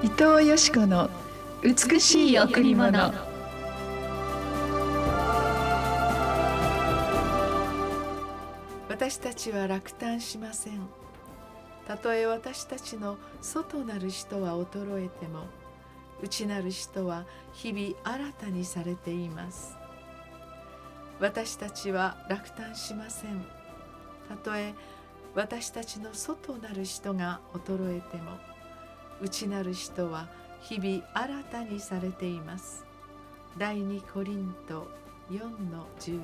伊藤よし子の美しい贈り物。私たちは落胆しません。たとえ私たちの外なる人は衰えても、内なる人は日々新たにされています。私たちは落胆しません。たとえ私たちの外なる人が衰えても、内なる人は日々新たにされています。第2コリント 4-16。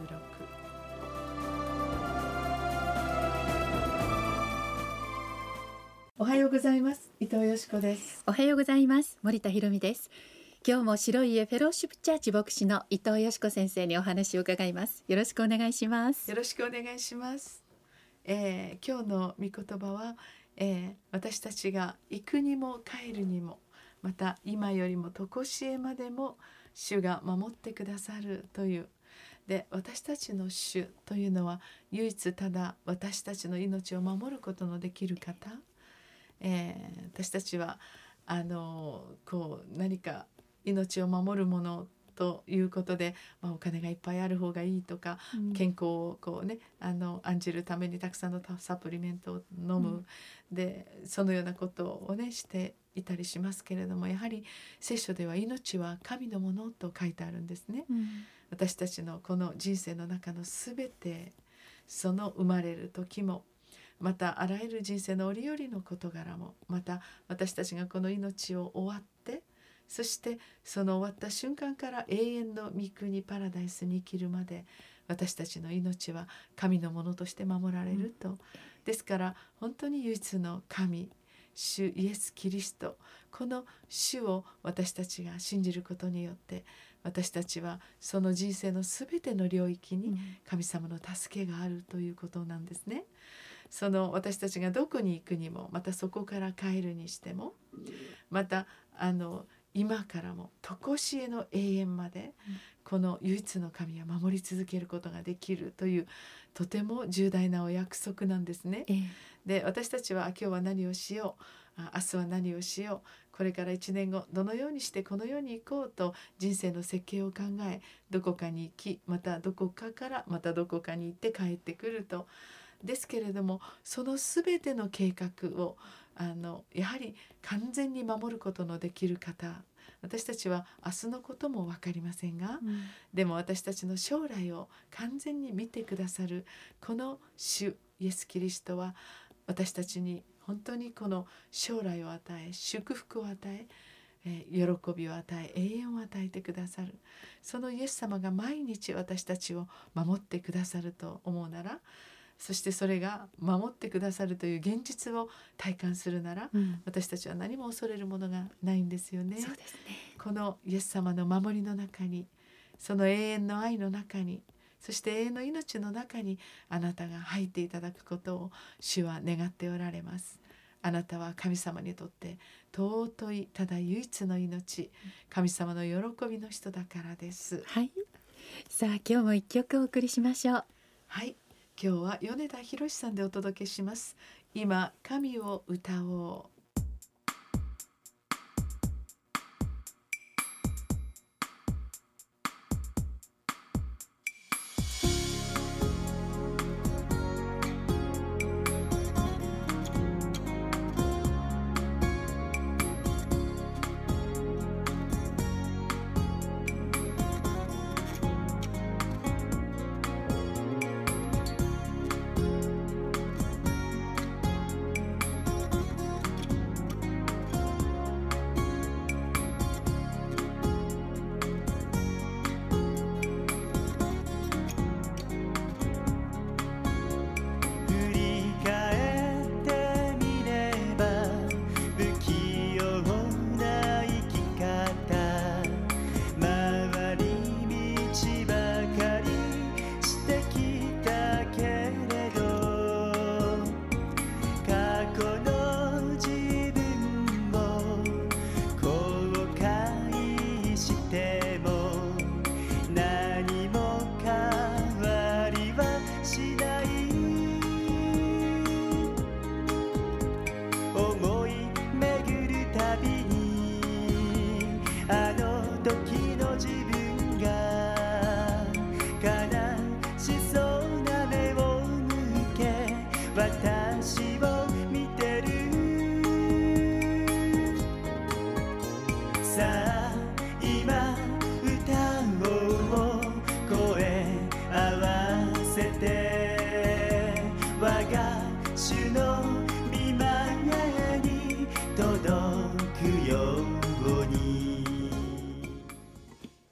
おはようございます。伊藤よし子です。 おはようございます。森田ひろみです。今日も白い家フェローシップチャーチ牧師の伊藤よし子先生にお話を伺います。よろしくお願いします。 よろしくお願いします。今日の御言葉は、私たちが行くにも帰るにも、また今よりも常しえまでも主が守ってくださるという。で、私たちの主というのは唯一ただ私たちの命を守ることのできる方。私たちは何か命を守るものということで、お金がいっぱいある方がいいとか、健康を案じるためにたくさんのサプリメントを飲む、でそのようなことをしていたりしますけれども、やはり聖書では命は神のものと書いてあるんですね。私たちのこの人生の中のすべて、その生まれる時も、またあらゆる人生の折々の事柄も、また私たちがこの命を終わって、そしてその終わった瞬間から永遠の御国パラダイスに生きるまで、私たちの命は神のものとして守られると。ですから本当に唯一の神、主イエス・キリスト、この主を私たちが信じることによって、私たちはその人生のすべての領域に神様の助けがあるということなんですね。その私たちがどこに行くにも、またそこから帰るにしても、また今からも常しえの永遠まで、この唯一の神は守り続けることができるという、とても重大なお約束なんですね。で、私たちは今日は何をしよう、明日は何をしよう、これから1年後どのようにしてこの世に行こうと人生の設計を考え、どこかに行き、またどこかからまたどこかに行って帰ってくると。ですけれども、そのすべての計画をやはり完全に守ることのできる方、私たちは明日のことも分かりませんが、でも私たちの将来を完全に見てくださるこの主イエス・キリストは、私たちに本当にこの将来を与え、祝福を与え、喜びを与え、永遠を与えてくださる、そのイエス様が毎日私たちを守ってくださると思うなら、そしてそれが守ってくださるという現実を体感するなら、私たちは何も恐れるものがないんですよね。 そうですね。 このイエス様の守りの中に、その永遠の愛の中に、そして永遠の命の中に、あなたが入っていただくことを主は願っておられます。あなたは神様にとって尊い、ただ唯一の命、神様の喜びの人だからです。 はい。さあ今日も一曲お送りしましょう。 はい。今日は米田博さんでお届けします。今神を歌おう。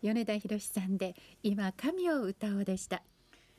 米田博さんで今神を歌おうでした。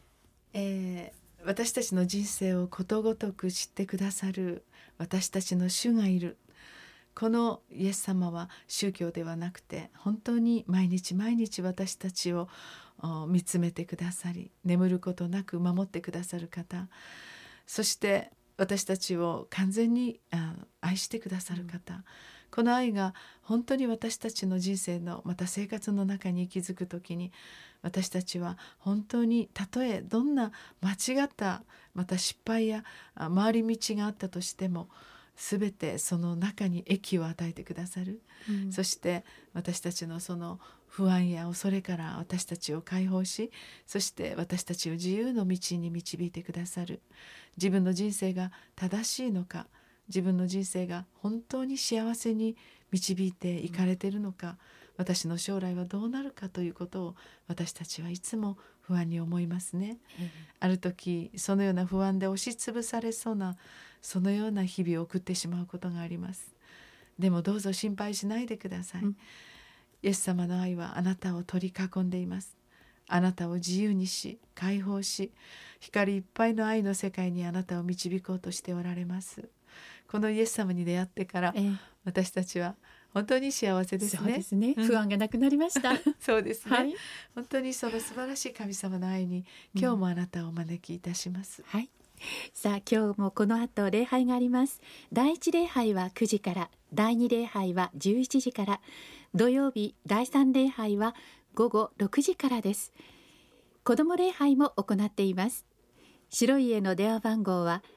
私たちの人生をことごとく知ってくださる私たちの主がいる。このイエス様は宗教ではなくて本当に毎日毎日私たちを見つめてくださり、眠ることなく守ってくださる方、そして私たちを完全に愛してくださる方、この愛が本当に私たちの人生のまた生活の中に息づくときに、私たちは本当にたとえどんな間違ったまた失敗や回り道があったとしても、すべてその中に益を与えてくださる、そして私たちのその不安や恐れから私たちを解放し、そして私たちを自由の道に導いてくださる。自分の人生が正しいのか、自分の人生が本当に幸せに導いていかれているのか、私の将来はどうなるかということを私たちはいつも不安に思いますね。ある時そのような不安で押しつぶされそうなそのような日々を送ってしまうことがあります。でもどうぞ心配しないでください。イエス様の愛はあなたを取り囲んでいます。あなたを自由にし解放し、光いっぱいの愛の世界にあなたを導こうとしておられます。このイエス様に出会ってから、私たちは本当に幸せですね。 そうですね、不安がなくなりましたそうですね、 はい、 本当にその素晴らしい神様の愛に今日もあなたをお招きいたします、 はい。さあ今日もこの後礼拝があります。第一礼拝は9時から、第二礼拝は11時から、土曜日第三礼拝は午後6時からです。子ども礼拝も行っています。白い家の電話番号は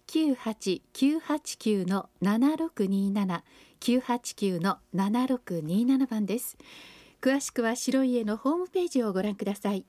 098-989-7627 989-7627 番です。詳しくは白い家のホームページをご覧ください。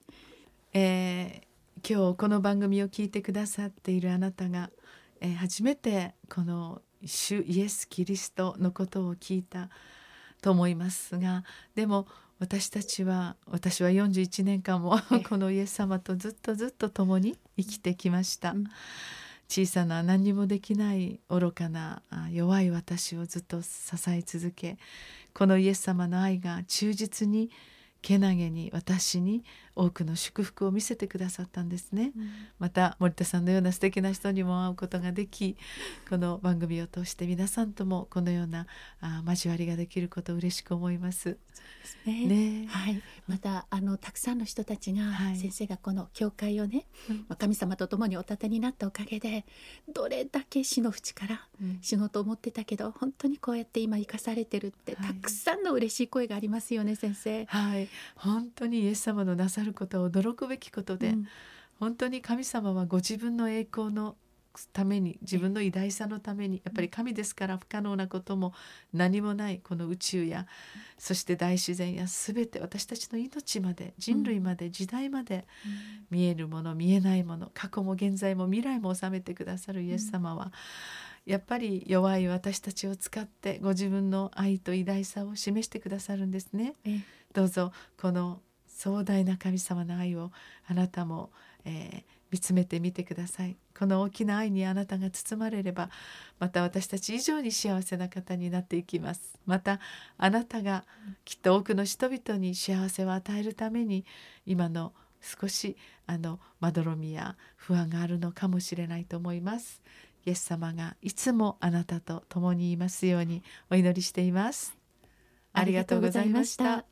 今日この番組を聞いてくださっているあなたが、初めてこの主イエス・キリストのことを聞いたと思いますが、でも私は41年間もこのイエス様とずっと共に生きてきました、小さな何にもできない愚かな弱い私をずっと支え続け、このイエス様の愛が忠実にけなげに私に多くの祝福を見せてくださったんですね、また森田さんのような素敵な人にも会うことができ、この番組を通して皆さんともこのような交わりができることを嬉しく思います。 そうですね。はい、またたくさんの人たちが、先生がこの教会をね、神様と共にお立てになったおかげで、どれだけ死の淵から仕事を持ってたけど、本当にこうやって今生かされてるって、たくさんの嬉しい声がありますよね、先生。 はい、本当にイエス様のなさることは驚くべきことで、本当に神様はご自分の栄光のために、自分の偉大さのために、やっぱり神ですから不可能なことも何もないこの宇宙や、そして大自然や全て私たちの命まで、人類まで、時代まで、見えるもの見えないもの、過去も現在も未来も治めてくださるイエス様は、やっぱり弱い私たちを使ってご自分の愛と偉大さを示してくださるんですね。どうぞこの壮大な神様の愛をあなたも、見つめてみてください。この大きな愛にあなたが包まれれば、また私たち以上に幸せな方になっていきます。またあなたがきっと多くの人々に幸せを与えるために、今の少しまどろみや不安があるのかもしれないと思います。イエス様がいつもあなたと共にいますようにお祈りしています。ありがとうございました。